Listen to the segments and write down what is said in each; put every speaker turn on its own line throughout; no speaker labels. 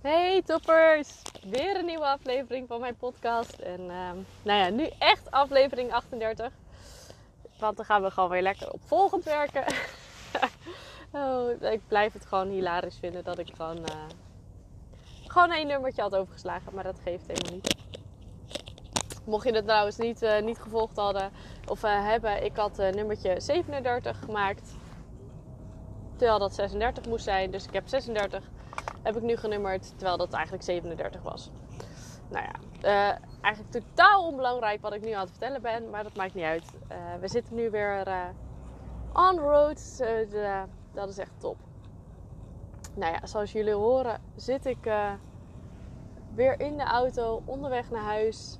Hey toppers! Weer een nieuwe aflevering van mijn podcast. En nu echt aflevering 38. Want dan gaan we gewoon weer lekker op volgend werken. Ik blijf het gewoon hilarisch vinden dat ik gewoon één nummertje had overgeslagen. Maar dat geeft helemaal niet. Mocht je het trouwens niet gevolgd hebben. Ik had nummertje 37 gemaakt. Terwijl dat 36 moest zijn. Dus ik heb 36 heb ik nu genummerd. Terwijl dat eigenlijk 37 was. Nou ja, eigenlijk totaal onbelangrijk wat ik nu aan het vertellen ben. Maar dat maakt niet uit. We zitten nu weer on road. Dat is echt top. Nou ja, zoals jullie horen zit ik weer in de auto onderweg naar huis.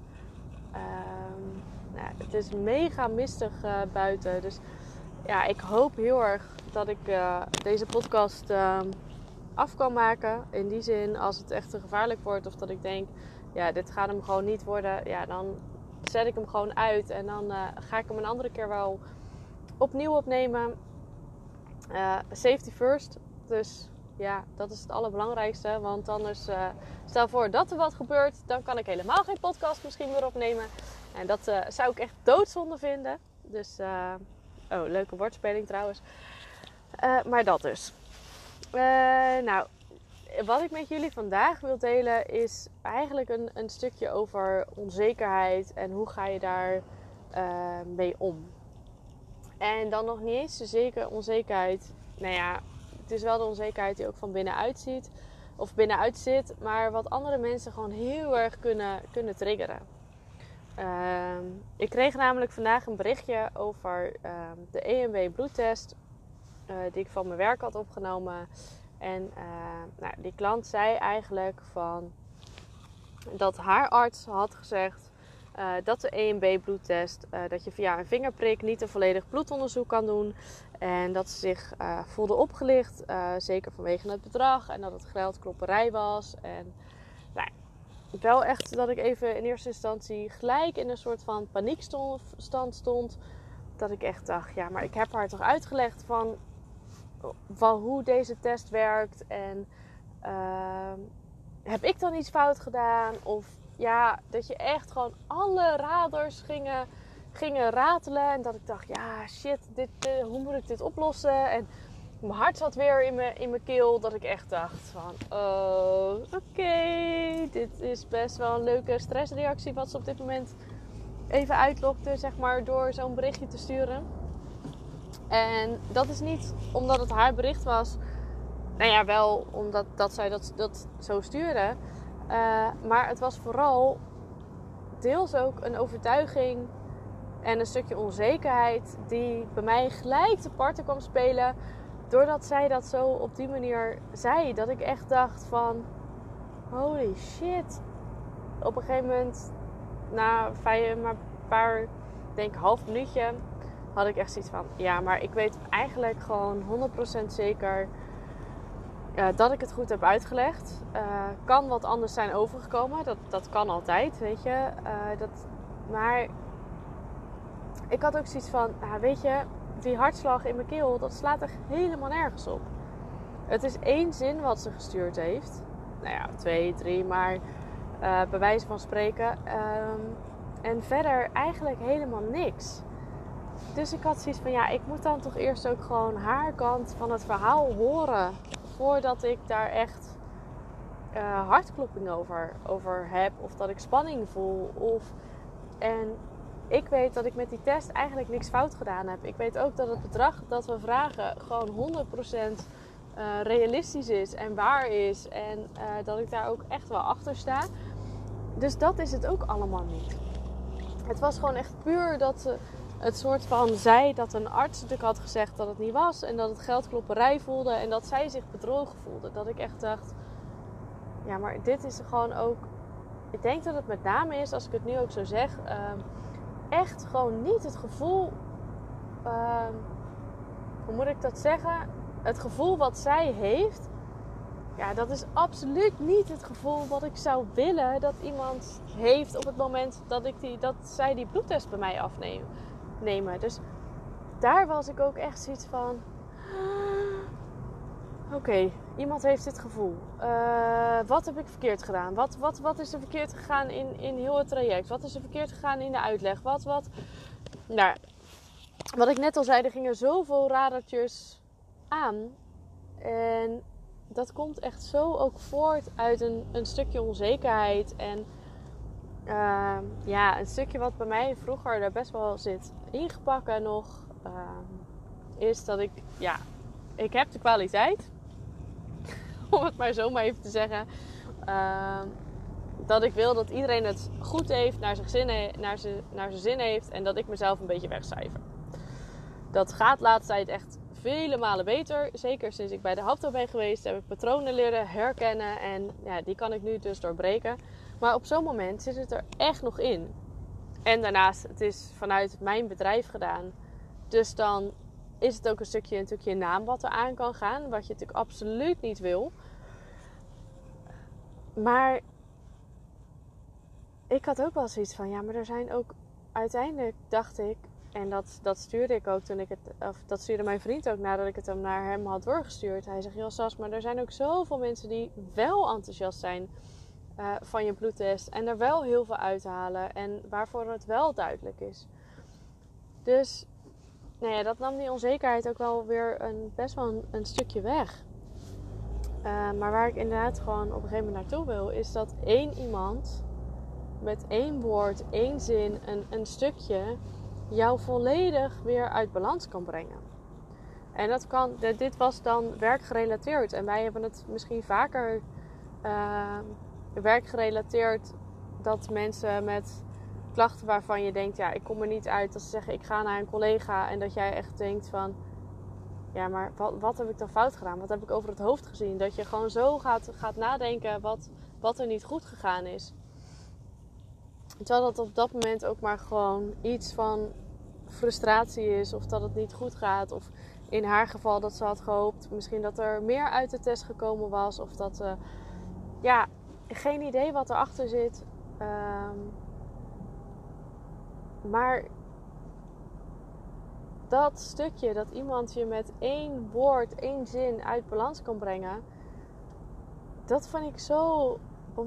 Het is mega mistig buiten. Dus ja, ik hoop heel erg dat ik deze podcast af kan maken. In die zin, als het echt te gevaarlijk wordt of dat ik denk, ja, dit gaat hem gewoon niet worden. Ja, dan zet ik hem gewoon uit en dan ga ik hem een andere keer wel opnieuw opnemen. Safety first. Dus ja, dat is het allerbelangrijkste. Want anders, stel voor dat er wat gebeurt, dan kan ik helemaal geen podcast misschien meer opnemen. En dat zou ik echt doodzonde vinden. Dus, leuke woordspeling trouwens. Maar dat dus. Wat ik met jullie vandaag wil delen is eigenlijk een stukje over onzekerheid en hoe ga je daar mee om. En dan nog niet eens zozeer onzekerheid. Nou ja, het is wel de onzekerheid die ook van binnenuit zit, maar wat andere mensen gewoon heel erg kunnen triggeren. Ik kreeg namelijk vandaag een berichtje over de EMB bloedtest die ik van mijn werk had opgenomen. En die klant zei eigenlijk dat haar arts had gezegd dat de EMB bloedtest, dat je via een vingerprik niet een volledig bloedonderzoek kan doen. En dat ze zich voelde opgelicht, zeker vanwege het bedrag en dat het geldklopperij was. En wel echt dat ik even in eerste instantie gelijk in een soort van paniekstand stond. Dat ik echt dacht, ja, maar ik heb haar toch uitgelegd van hoe deze test werkt. En heb ik dan iets fout gedaan? Of ja, dat je echt gewoon alle radars gingen ratelen. En dat ik dacht, ja shit, hoe moet ik dit oplossen? En mijn hart zat weer in mijn keel. Dat ik echt dacht van, oké, dit is best wel een leuke stressreactie. Wat ze op dit moment even uitlokte, zeg maar, door zo'n berichtje te sturen. En dat is niet omdat het haar bericht was. Nou ja, wel omdat zij dat zo stuurde. Maar het was vooral deels ook een overtuiging en een stukje onzekerheid die bij mij gelijk te parten kwam spelen. Doordat zij dat zo op die manier zei. Dat ik echt dacht van, holy shit. Op een gegeven moment, na maar een paar, denk half minuutje, had ik echt zoiets van, ja, maar ik weet eigenlijk gewoon 100% zeker dat ik het goed heb uitgelegd. Kan wat anders zijn overgekomen. Dat kan altijd, weet je. Maar ik had ook zoiets van, weet je, die hartslag in mijn keel, dat slaat echt helemaal nergens op. Het is 1 zin wat ze gestuurd heeft. Nou ja, 2, 3, maar bij wijze van spreken. En verder eigenlijk helemaal niks. Dus ik had zoiets van, ja, ik moet dan toch eerst ook gewoon haar kant van het verhaal horen. Voordat ik daar echt hartklopping over heb. Of dat ik spanning voel. En ik weet dat ik met die test eigenlijk niks fout gedaan heb. Ik weet ook dat het bedrag dat we vragen gewoon 100% realistisch is en waar is. En dat ik daar ook echt wel achter sta. Dus dat is het ook allemaal niet. Het was gewoon echt puur dat ze het soort van zei dat een arts natuurlijk had gezegd dat het niet was. En dat het geldklopperij voelde. En dat zij zich bedrogen voelde. Dat ik echt dacht, ja, maar dit is gewoon ook... Ik denk dat het met name is, als ik het nu ook zo zeg, echt gewoon niet het gevoel... hoe moet ik dat zeggen? Het gevoel wat zij heeft, ja, dat is absoluut niet het gevoel wat ik zou willen dat iemand heeft op het moment dat zij die bloedtest bij mij afnemen. Dus daar was ik ook echt zoiets van, Oké, iemand heeft dit gevoel. Wat heb ik verkeerd gedaan? Wat is er verkeerd gegaan in heel het traject? Wat is er verkeerd gegaan in de uitleg? Nou, wat ik net al zei, er gingen zoveel radertjes aan. En dat komt echt zo ook voort uit een stukje onzekerheid. En een stukje wat bij mij vroeger er best wel zit ingebakken nog. Is dat ik heb de kwaliteit. Om het maar zo maar even te zeggen. Dat ik wil dat iedereen het goed heeft, naar zijn zin heeft. En dat ik mezelf een beetje wegcijfer. Dat gaat de laatste tijd echt vele malen beter. Zeker sinds ik bij de Hapto ben geweest. Heb ik patronen leren herkennen. En ja, die kan ik nu dus doorbreken. Maar op zo'n moment zit het er echt nog in. En daarnaast, het is vanuit mijn bedrijf gedaan. Dus dan is het ook een stukje naam wat er aan kan gaan. Wat je natuurlijk absoluut niet wil. Maar ik had ook wel zoiets van, ja, maar er zijn ook... Uiteindelijk dacht ik, en dat stuurde ik ook dat stuurde mijn vriend ook nadat ik het hem naar hem had doorgestuurd. Hij zegt, joh Sas, maar er zijn ook zoveel mensen die wel enthousiast zijn van je bloedtest. En er wel heel veel uithalen. En waarvoor het wel duidelijk is. Dus, nou ja, dat nam die onzekerheid ook wel weer best wel een stukje weg. Maar waar ik inderdaad gewoon op een gegeven moment naartoe wil, is dat één iemand met één woord, één zin, een stukje jou volledig weer uit balans kan brengen. En dat kan, dit was dan werkgerelateerd. En wij hebben het misschien vaker werkgerelateerd dat mensen met klachten waarvan je denkt, ja, ik kom er niet uit, dat ze zeggen, ik ga naar een collega. En dat jij echt denkt van, ja, maar wat heb ik dan fout gedaan? Wat heb ik over het hoofd gezien? Dat je gewoon zo gaat nadenken wat er niet goed gegaan is. Terwijl dat op dat moment ook maar gewoon iets van frustratie is. Of dat het niet goed gaat. Of in haar geval dat ze had gehoopt. Misschien dat er meer uit de test gekomen was. Of dat, geen idee wat erachter zit. Maar dat stukje dat iemand je met één woord, één zin uit balans kan brengen. Dat vond ik zo,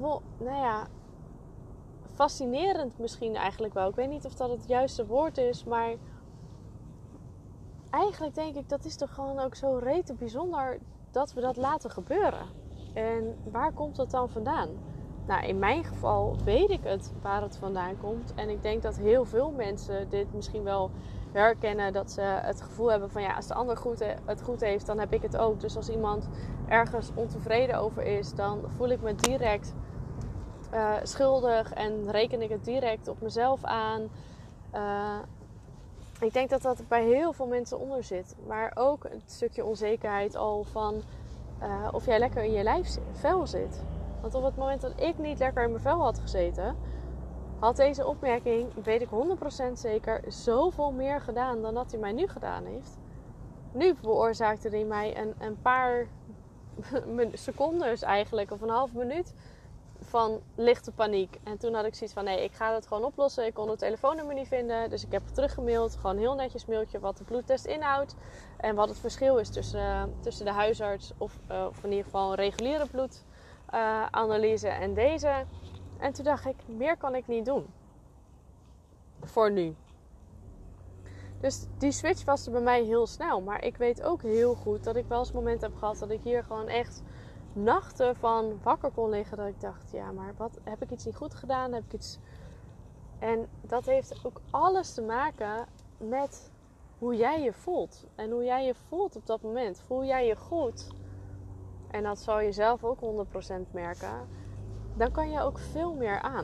fascinerend misschien eigenlijk wel. Ik weet niet of dat het juiste woord is, maar eigenlijk denk ik, dat is toch gewoon ook zo rete bijzonder dat we dat laten gebeuren. En waar komt dat dan vandaan? Nou, in mijn geval weet ik het waar het vandaan komt. En ik denk dat heel veel mensen dit misschien wel herkennen. Dat ze het gevoel hebben van, ja, als de ander het goed heeft, dan heb ik het ook. Dus als iemand ergens ontevreden over is, dan voel ik me direct schuldig en reken ik het direct op mezelf aan. Ik denk dat dat bij heel veel mensen onder zit. Maar ook een stukje onzekerheid al van of jij lekker in je vel zit. Want op het moment dat ik niet lekker in mijn vel had gezeten, had deze opmerking, weet ik 100% zeker, zoveel meer gedaan dan dat hij mij nu gedaan heeft. Nu veroorzaakte hij mij een paar secondes eigenlijk, of een half minuut van lichte paniek. En toen had ik zoiets van, nee, ik ga het gewoon oplossen. Ik kon het telefoonnummer niet vinden, dus ik heb teruggemaild. Gewoon een heel netjes mailtje wat de bloedtest inhoudt. En wat het verschil is tussen de huisarts of in ieder geval een reguliere bloedanalyse en deze. En toen dacht ik, meer kan ik niet doen. Voor nu. Dus die switch was er bij mij heel snel. Maar ik weet ook heel goed dat ik wel eens moment heb gehad dat ik hier gewoon echt nachten van wakker kon liggen. Dat ik dacht, ja, maar heb ik iets niet goed gedaan? Heb ik iets... En dat heeft ook alles te maken met hoe jij je voelt. En hoe jij je voelt op dat moment. Voel jij je goed? En dat zal je zelf ook 100% merken. Dan kan je ook veel meer aan.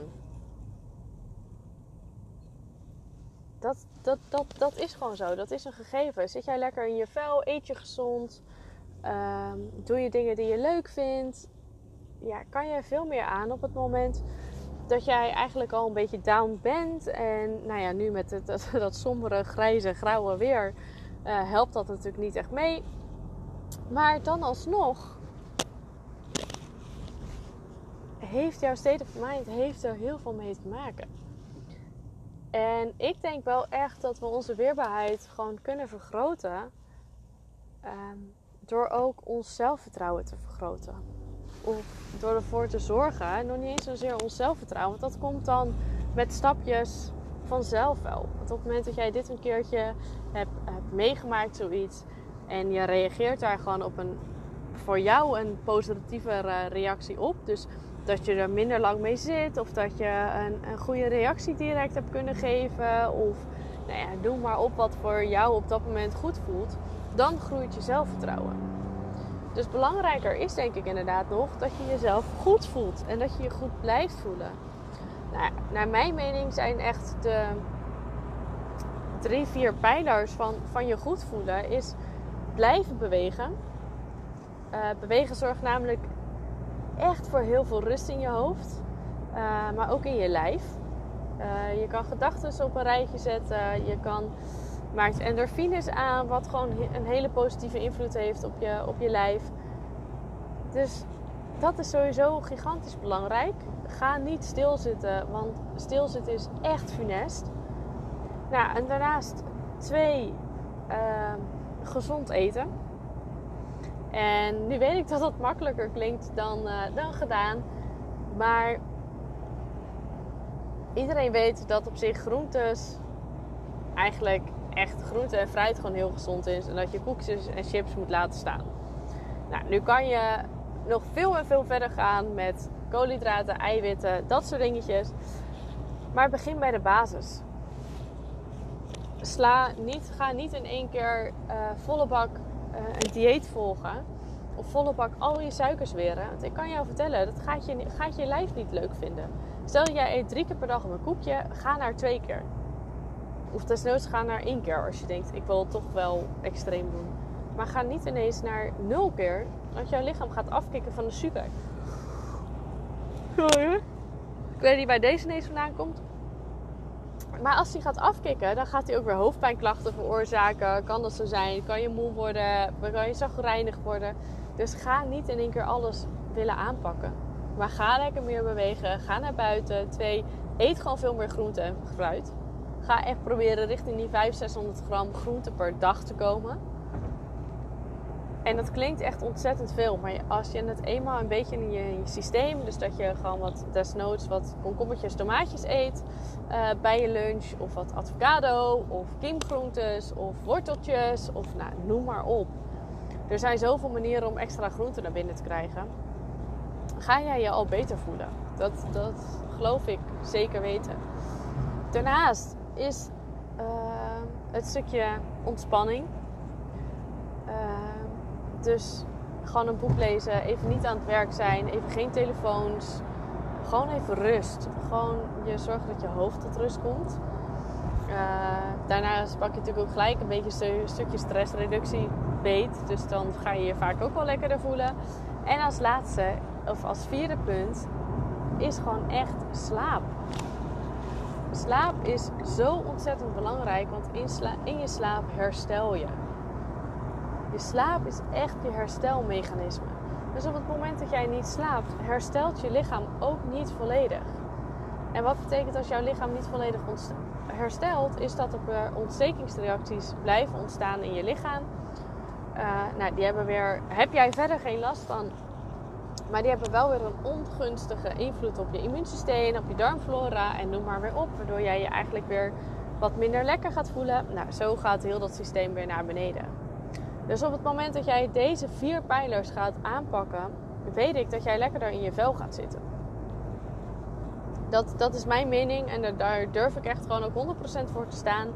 Dat is gewoon zo. Dat is een gegeven. Zit jij lekker in je vel? Eet je gezond? Doe je dingen die je leuk vindt? Ja, kan je veel meer aan op het moment dat jij eigenlijk al een beetje down bent. En nou ja, nu met dat sombere, grijze, grauwe weer helpt dat natuurlijk niet echt mee. Maar dan alsnog heeft jouw state of mind er heel veel mee te maken. En ik denk wel echt dat we onze weerbaarheid gewoon kunnen vergroten door ook ons zelfvertrouwen te vergroten. Of door ervoor te zorgen, nog niet eens zozeer ons zelfvertrouwen. Want dat komt dan met stapjes vanzelf wel. Want op het moment dat jij dit een keertje hebt meegemaakt, zoiets, en je reageert daar gewoon op voor jou een positievere reactie op. Dus dat je er minder lang mee zit. Of dat je een goede reactie direct hebt kunnen geven. Of nou ja, doe maar op wat voor jou op dat moment goed voelt. Dan groeit je zelfvertrouwen. Dus belangrijker is denk ik inderdaad nog dat je jezelf goed voelt. En dat je je goed blijft voelen. Nou, naar mijn mening zijn echt de 3-4 pijlers van je goed voelen. Is blijven bewegen. Bewegen zorgt namelijk echt voor heel veel rust in je hoofd. Maar ook in je lijf. Je kan gedachten op een rijtje zetten. Je maakt endorfines aan. Wat gewoon een hele positieve invloed heeft op je lijf. Dus dat is sowieso gigantisch belangrijk. Ga niet stilzitten. Want stilzitten is echt funest. Nou, en daarnaast 2. Gezond eten. En nu weet ik dat dat makkelijker klinkt dan gedaan. Maar iedereen weet dat op zich groentes, eigenlijk echt groente en fruit gewoon heel gezond is. En dat je koekjes en chips moet laten staan. Nou, nu kan je nog veel en veel verder gaan met koolhydraten, eiwitten, dat soort dingetjes. Maar begin bij de basis. Ga niet in één keer volle bak een dieet volgen. Of volle bak al je suikers weren. Want ik kan jou vertellen, dat gaat je lijf niet leuk vinden. Stel dat jij eet 3 keer per dag een koekje. Ga naar 2 keer. Of desnoods ga naar 1 keer als je denkt, ik wil het toch wel extreem doen. Maar ga niet ineens naar 0 keer. Want jouw lichaam gaat afkicken van de suiker. Sorry. Ik weet niet waar deze ineens vandaan komt. Maar als hij gaat afkicken, dan gaat hij ook weer hoofdpijnklachten veroorzaken. Kan dat zo zijn? Kan je moe worden? Kan je chagrijnig worden? Dus ga niet in één keer alles willen aanpakken. Maar ga lekker meer bewegen. Ga naar buiten. 2, eet gewoon veel meer groente en fruit. Ga echt proberen richting die 500-600 gram groente per dag te komen. En dat klinkt echt ontzettend veel. Maar als je het eenmaal een beetje in je systeem... Dus dat je gewoon desnoods wat komkommertjes, tomaatjes eet... bij je lunch. Of wat avocado. Of kiemgroentes. Of worteltjes. Of nou, noem maar op. Er zijn zoveel manieren om extra groente naar binnen te krijgen. Ga jij je al beter voelen. Dat geloof ik zeker weten. Daarnaast is het stukje ontspanning. Dus gewoon een boek lezen, even niet aan het werk zijn, even geen telefoons. Gewoon even rust. Gewoon je zorgen dat je hoofd tot rust komt. Daarnaast pak je natuurlijk ook gelijk een beetje een stukje stressreductie beet. Dus dan ga je je vaak ook wel lekkerder voelen. En als laatste, of als 4e punt, is gewoon echt slaap. Slaap is zo ontzettend belangrijk, want in je slaap herstel je. Je slaap is echt je herstelmechanisme. Dus op het moment dat jij niet slaapt, herstelt je lichaam ook niet volledig. En wat betekent als jouw lichaam niet volledig herstelt, is dat er ontstekingsreacties blijven ontstaan in je lichaam. Die heb jij verder geen last van. Maar die hebben wel weer een ongunstige invloed op je immuunsysteem, op je darmflora en noem maar weer op. Waardoor jij je eigenlijk weer wat minder lekker gaat voelen. Nou, zo gaat heel dat systeem weer naar beneden. Dus op het moment dat jij deze 4 pijlers gaat aanpakken, weet ik dat jij lekkerder in je vel gaat zitten. Dat is mijn mening en daar durf ik echt gewoon ook 100% voor te staan.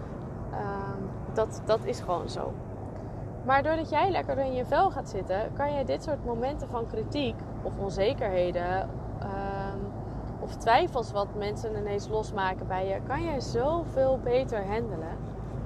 Dat is gewoon zo. Maar doordat jij lekkerder in je vel gaat zitten, kan je dit soort momenten van kritiek of onzekerheden of twijfels wat mensen ineens losmaken bij je, kan je zoveel beter handelen.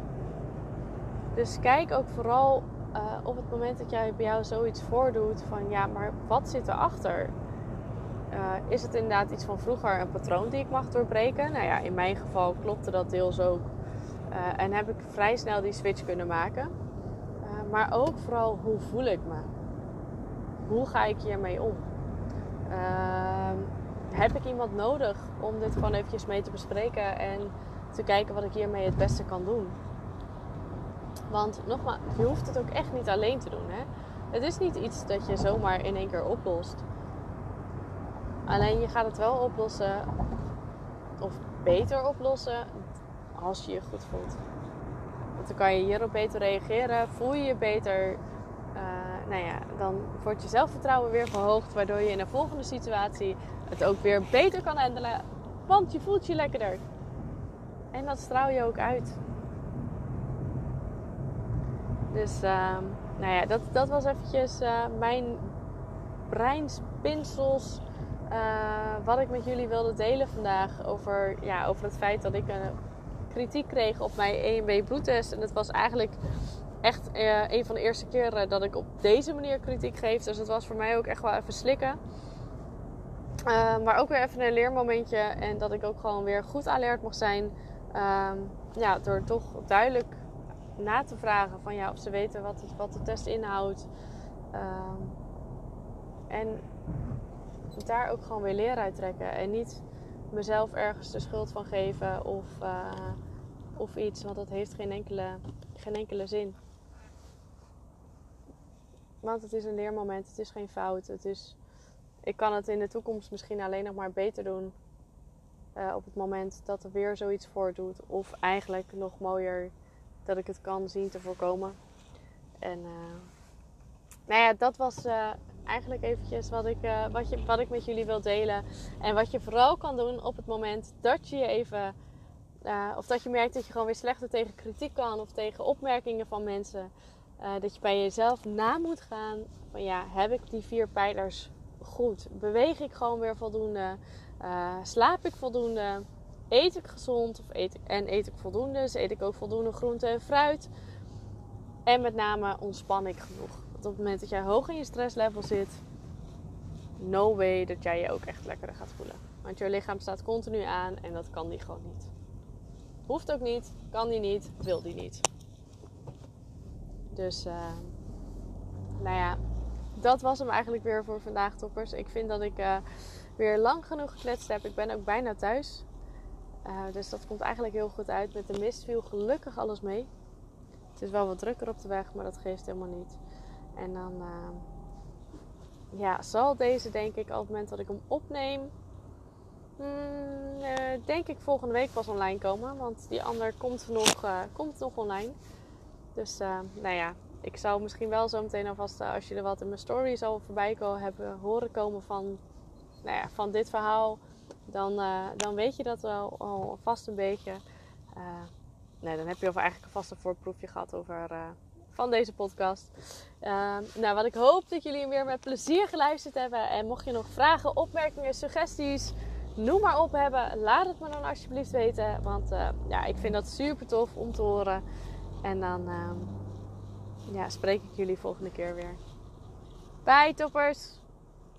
Dus kijk ook vooral op het moment dat jij bij jou zoiets voordoet van ja, maar wat zit erachter? Is het inderdaad iets van vroeger, een patroon die ik mag doorbreken? Nou ja, in mijn geval klopte dat deels ook. En heb ik vrij snel die switch kunnen maken. Maar ook vooral, hoe voel ik me? Hoe ga ik hiermee om? Heb ik iemand nodig om dit gewoon eventjes mee te bespreken en te kijken wat ik hiermee het beste kan doen? Want nogmaals, je hoeft het ook echt niet alleen te doen. Hè? Het is niet iets dat je zomaar in één keer oplost. Alleen je gaat het wel oplossen, of beter oplossen, als je je goed voelt. Want dan kan je hierop beter reageren, voel je je beter. Dan wordt je zelfvertrouwen weer verhoogd, waardoor je in een volgende situatie het ook weer beter kan handelen. Want je voelt je lekkerder. En dat straal je ook uit. Dus dat was eventjes mijn breinspinsels. Wat ik met jullie wilde delen vandaag over het feit dat ik kritiek kreeg op mijn EMB bloedtest. En het was eigenlijk echt een van de eerste keren dat ik op deze manier kritiek geef. Dus het was voor mij ook echt wel even slikken. Maar ook weer even een leermomentje. En dat ik ook gewoon weer goed alert mocht zijn. Door toch duidelijk na te vragen van of ze weten wat de test inhoudt. En daar ook gewoon weer leer uit trekken. En niet mezelf ergens de schuld van geven of iets. Want dat heeft geen enkele zin. Want het is een leermoment. Het is geen fout. Ik kan het in de toekomst misschien alleen nog maar beter doen. Op het moment dat er weer zoiets voordoet. Of eigenlijk nog mooier dat ik het kan zien te voorkomen. En dat was eigenlijk eventjes wat ik met jullie wil delen. En wat je vooral kan doen op het moment dat je even... of dat je merkt dat je gewoon weer slechter tegen kritiek kan. Of tegen opmerkingen van mensen. Dat je bij jezelf na moet gaan. Van heb ik die 4 pijlers goed? Beweeg ik gewoon weer voldoende? Slaap ik voldoende? Eet ik gezond? Eet ik voldoende? Dus eet ik ook voldoende groente en fruit? En met name ontspan ik genoeg? Want op het moment dat jij hoog in je stresslevel zit, no way dat jij je ook echt lekkerder gaat voelen. Want je lichaam staat continu aan en dat kan die gewoon niet. Hoeft ook niet, kan die niet, wil die niet. Dus, dat was hem eigenlijk weer voor vandaag, toppers. Ik vind dat ik weer lang genoeg gekletst heb. Ik ben ook bijna thuis. Dus dat komt eigenlijk heel goed uit. Met de mist viel gelukkig alles mee. Het is wel wat drukker op de weg, maar dat geeft helemaal niet. En dan zal deze denk ik op het moment dat ik hem opneem... denk ik volgende week pas online komen. Want die ander komt nog online. Dus ik zou misschien wel zo meteen alvast, als je er wat in mijn story zal voorbij hebben horen komen van dit verhaal. Dan weet je dat wel al vast een beetje. Dan heb je eigenlijk alvast een voorproefje gehad van deze podcast. Wat ik hoop dat jullie hem weer met plezier geluisterd hebben. En mocht je nog vragen, opmerkingen, suggesties, noem maar op hebben, laat het me dan alsjeblieft weten. Want ik vind dat super tof om te horen. En dan spreek ik jullie volgende keer weer. Bye toppers!